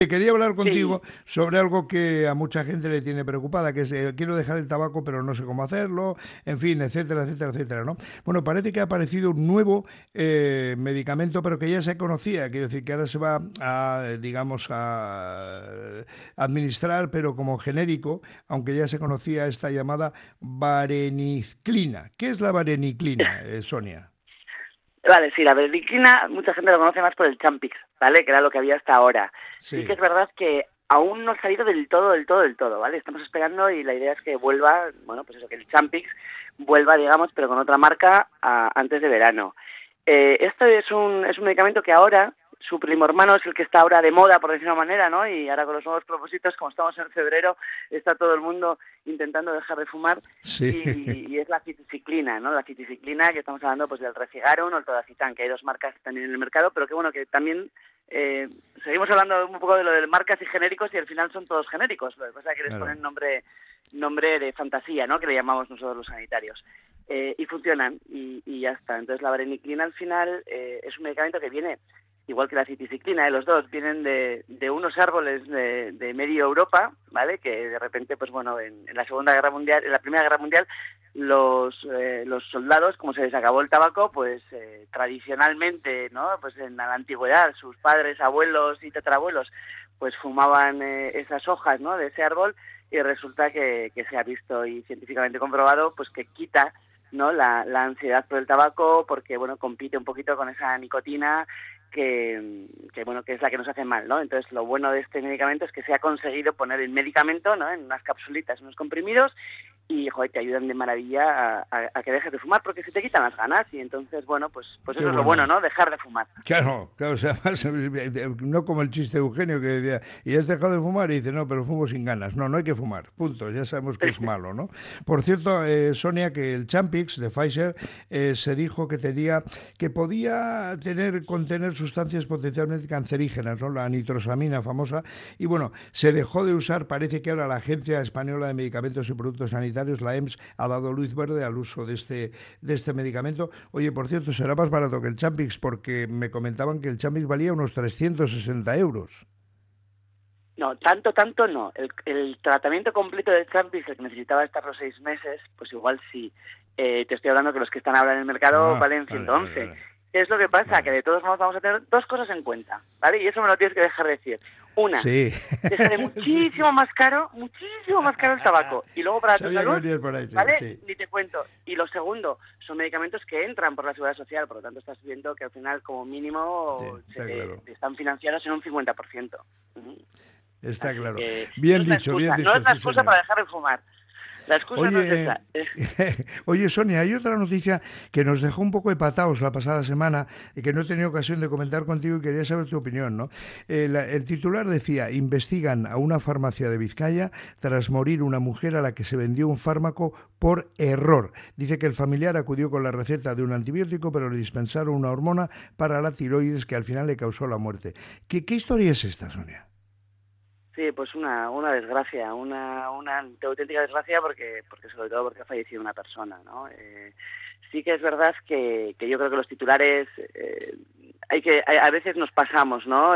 Quería hablar Sí, contigo sobre algo que a mucha gente le tiene preocupada, que es quiero dejar el tabaco pero no sé cómo hacerlo, en fin, etcétera, etcétera, etcétera, ¿no? Bueno, parece que ha aparecido un nuevo medicamento, pero que ya se conocía, quiero decir que ahora se va a, digamos, a administrar, pero como genérico, aunque ya se conocía esta llamada vareniclina. ¿Qué es la vareniclina, Sonia? vale, sí, la verlicina mucha gente lo conoce más por el Champix, ¿vale? Que era lo que había hasta ahora. Sí que Sí. es verdad que aún no ha salido del todo, del todo, del todo, ¿vale? Estamos esperando y la idea es que vuelva, bueno, pues eso, que el Champix vuelva, digamos, pero con otra marca antes de verano. Esto es un medicamento que ahora, su primo hermano es el que está ahora de moda, por decirlo de una manera, ¿no? Y ahora con los nuevos propósitos, como estamos en febrero, está todo el mundo intentando dejar de fumar Sí. y es la citiciclina, ¿no? La citiciclina, que estamos hablando pues del Refigaron o el Todacitán, que hay dos marcas también en el mercado, pero que bueno, que también seguimos hablando un poco de lo de marcas y genéricos y al final son todos genéricos, lo que pasa es que les Claro. ponen nombre de fantasía, ¿no? Que le llamamos nosotros los sanitarios. Y funcionan y ya está. Entonces la vareniclina al final es un medicamento que viene igual que la citiciclina, los dos vienen de unos árboles de medio Europa, ¿vale? Que de repente, pues bueno, en la Segunda Guerra Mundial, en la Primera Guerra Mundial, los soldados, como se les acabó el tabaco, pues tradicionalmente, ¿no? Pues en la antigüedad, sus padres, abuelos y tatarabuelos, pues fumaban esas hojas, ¿no? De ese árbol y resulta que se ha visto y científicamente comprobado, pues que quita, ¿no? La ansiedad por el tabaco porque, bueno, compite un poquito con esa nicotina bueno, que es la que nos hace mal, ¿no? Entonces, lo bueno de este medicamento es que se ha conseguido poner el medicamento, ¿no? En unas capsulitas, unos comprimidos, y, joder, te ayudan de maravilla a que dejes de fumar porque se te quitan las ganas, y entonces, bueno, pues Qué eso es lo bueno, bueno. ¿no? Dejar de fumar. Claro, claro, o sea, no como el chiste de Eugenio que decía, ¿y has dejado de fumar? Y dice, no, pero fumo sin ganas. No, no hay que fumar, punto, ya sabemos que es malo, ¿no? Por cierto, Sonia, que el Champix de Pfizer se dijo que tenía, que podía contener sustancias potencialmente cancerígenas, ¿no? La nitrosamina famosa, y bueno, se dejó de usar, parece que ahora la Agencia Española de Medicamentos y Productos Sanitarios, la EMS, ha dado luz verde al uso de este medicamento. Oye, por cierto, será más barato que el Champix porque me comentaban que el Champix valía unos 360 euros. No, tanto no. El tratamiento completo del Champix, el que necesitaba estar los 6 meses, pues igual sí. Te estoy hablando que los que están ahora en el mercado Ah, valen vale, vale, 111. vale. ¿Qué es lo que pasa? Que Vale. de todos modos vamos a tener dos cosas en cuenta, ¿vale? Y eso me lo tienes que dejar de decir. Una, Sí. te sale Sí, sí. muchísimo más caro el tabaco. Y luego para tu Sabía que salud, venías por ahí, sí, ¿vale? sí. Ni te cuento. Y lo segundo, son medicamentos que entran por la seguridad social, por lo tanto estás viendo que al final como Sí, mínimo está claro. te están financiados en un 50%. Ujú. Está Así claro. que Bien dicho, bien no dicho, es la sí, excusa señor. para dejar de fumar. La excusa no es Oye, esa. oye, Sonia, hay otra noticia que nos dejó un poco empatados la pasada semana y que no he tenido ocasión de comentar contigo y quería saber tu opinión, ¿no? El titular decía, investigan a una farmacia de Vizcaya tras morir una mujer a la que se vendió un fármaco por error. Dice que el familiar acudió con la receta de un antibiótico, pero le dispensaron una hormona para la tiroides que al final le causó la muerte. ¿Qué historia es esta, Sonia? Sí, pues una desgracia, una auténtica desgracia porque sobre todo porque ha fallecido una persona, ¿no? Sí que es verdad que yo creo que los titulares a veces nos pasamos, ¿no?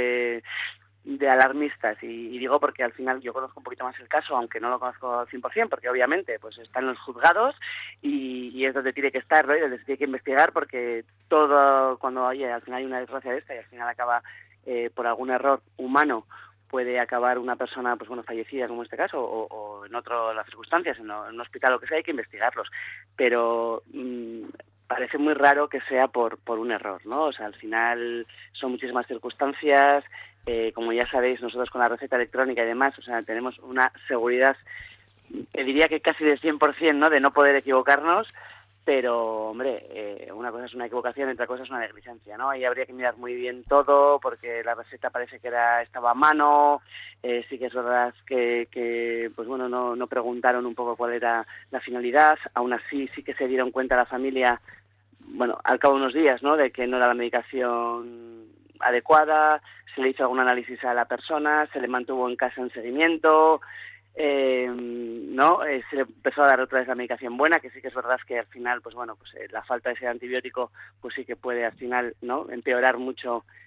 De alarmistas y digo porque al final yo conozco un poquito más el caso, aunque no lo conozco al 100%, porque obviamente pues está en los juzgados y es donde tiene que estar, ¿no? Y donde se tiene que investigar porque todo, cuando oye, al final hay una desgracia de esta y al final acaba por algún error humano puede acabar una persona pues bueno fallecida como en este caso o en otras circunstancias en un hospital o que sea hay que investigarlos pero parece muy raro que sea por un error, ¿no? O sea, al final son muchísimas circunstancias, como ya sabéis, nosotros con la receta electrónica y demás, o sea, tenemos una seguridad, diría que casi del 100%, ¿no? De no poder equivocarnos, pero, hombre, una cosa es una equivocación y otra cosa es una negligencia, ¿no? Ahí habría que mirar muy bien todo, porque la receta parece que estaba a mano, sí que es verdad pues bueno, no preguntaron un poco cuál era la finalidad, aún así sí que se dieron cuenta la familia, bueno, al cabo de unos días, ¿no?, de que no era la medicación adecuada, se le hizo algún análisis a la persona, se le mantuvo en casa en seguimiento, no se le empezó a dar otra vez la medicación buena, que sí que es verdad que al final pues bueno pues la falta de ese antibiótico pues sí que puede al final no empeorar mucho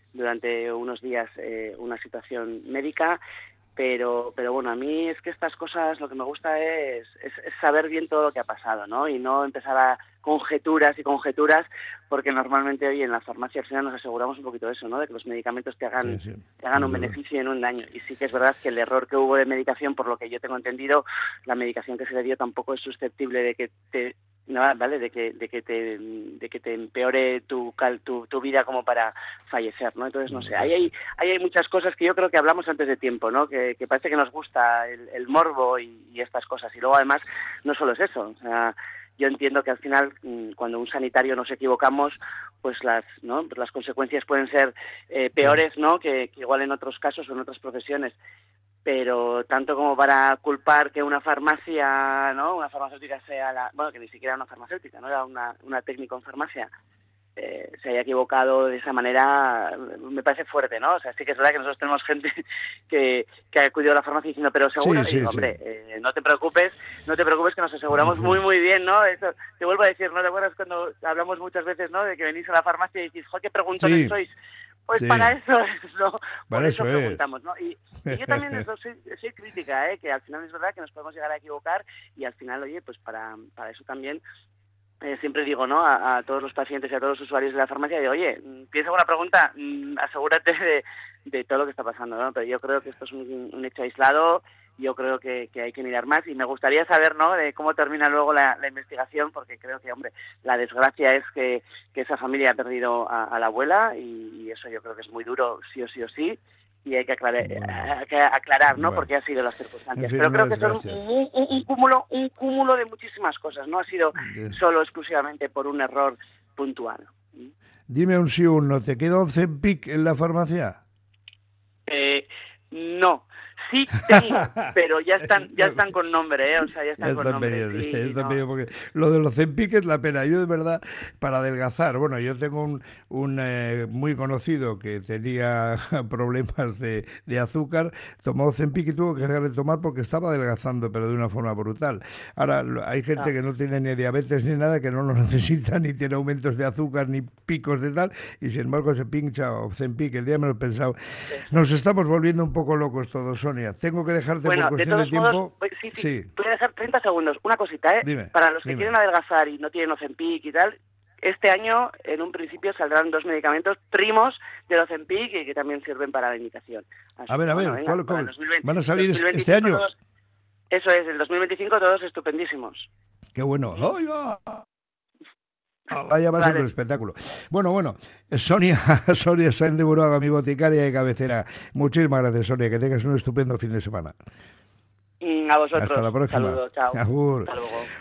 durante unos días una situación médica. Pero bueno, a mí es que estas cosas lo que me gusta es saber bien todo lo que ha pasado, ¿no? Y no empezar a conjeturas y conjeturas, porque normalmente hoy en la farmacia al final nos aseguramos un poquito de eso, ¿no? De que los medicamentos te hagan un beneficio en un daño. Y sí que es verdad que el error que hubo de medicación, por lo que yo tengo entendido, la medicación que se le dio tampoco es susceptible de que te... No, vale, de que te empeore tu vida como para fallecer, ¿no? Entonces, no sé, ahí hay muchas cosas que yo creo que hablamos antes de tiempo, ¿no? Que parece que nos gusta el morbo y estas cosas. Y luego, además, no solo es eso, o sea, yo entiendo que al final, cuando un sanitario nos equivocamos, pues las consecuencias pueden ser peores, ¿no? Que igual en otros casos o en otras profesiones. Pero tanto como para culpar que una farmacia, ¿no? Una farmacéutica sea bueno, que ni siquiera era una farmacéutica, no era una técnico en farmacia, se haya equivocado de esa manera, me parece fuerte, ¿no? O sea, sí que es verdad que nosotros tenemos gente que ha acudido a la farmacia diciendo, pero seguro, y digo, hombre, no te preocupes que nos aseguramos muy, muy bien, ¿no? Eso, te vuelvo a decir, ¿no te acuerdas cuando hablamos muchas veces, ¿no? De que venís a la farmacia y decís, joder, qué preguntones sois. Pues para eso es, ¿no? Por eso preguntamos, ¿no? Y yo también soy crítica, que al final es verdad que nos podemos llegar a equivocar y al final, oye, pues para eso también siempre digo, ¿no? A todos los pacientes y a todos los usuarios de la farmacia, de oye, tienes alguna pregunta, asegúrate de todo lo que está pasando, ¿no? Pero yo creo que esto es un hecho aislado. Yo creo que hay que mirar más y me gustaría saber, ¿no?, de cómo termina luego la investigación, porque creo que, hombre, la desgracia es que esa familia ha perdido a la abuela y eso yo creo que es muy duro, sí o sí, y hay que aclarar, ¿no?, por qué han sido las circunstancias. Pero creo que son un cúmulo de muchísimas cosas, no ha sido solo exclusivamente por un error puntual. Dime un sí o un no, ¿te queda un Ozempic en la farmacia? No. Sí tengo, pero ya están con nombre, o sea, ya están con nombre. Pedido, porque lo de los Ozempic es la pena. Yo, de verdad, para adelgazar, bueno, yo tengo un muy conocido que tenía problemas de azúcar, tomó Ozempic y tuvo que dejar de tomar porque estaba adelgazando, pero de una forma brutal. Ahora, hay gente que no tiene ni diabetes ni nada, que no lo necesita, ni tiene aumentos de azúcar, ni picos de tal, y sin embargo se pincha Ozempic. El día me lo he pensado. Nos estamos volviendo un poco locos todos, Sonia. Tengo que dejarte por cuestión de tiempo. Modos, sí. Voy a dejar 30 segundos. Una cosita, Dime, para los que quieren adelgazar y no tienen Ozempic y tal, este año, en un principio, saldrán 2 medicamentos primos del Ozempic y que también sirven para la indicación. Así, a ver, ¿cuál? ¿Van a salir este año? Eso es, el 2025 todos estupendísimos. ¡Qué bueno! ¡Oiga! Vaya, va a ser un espectáculo. Bueno, Sonia Sáenz de Buruaga, mi boticaria de cabecera. Muchísimas gracias, Sonia, que tengas un estupendo fin de semana. A vosotros. Hasta la próxima. Saludos, chao. Agur. Hasta luego.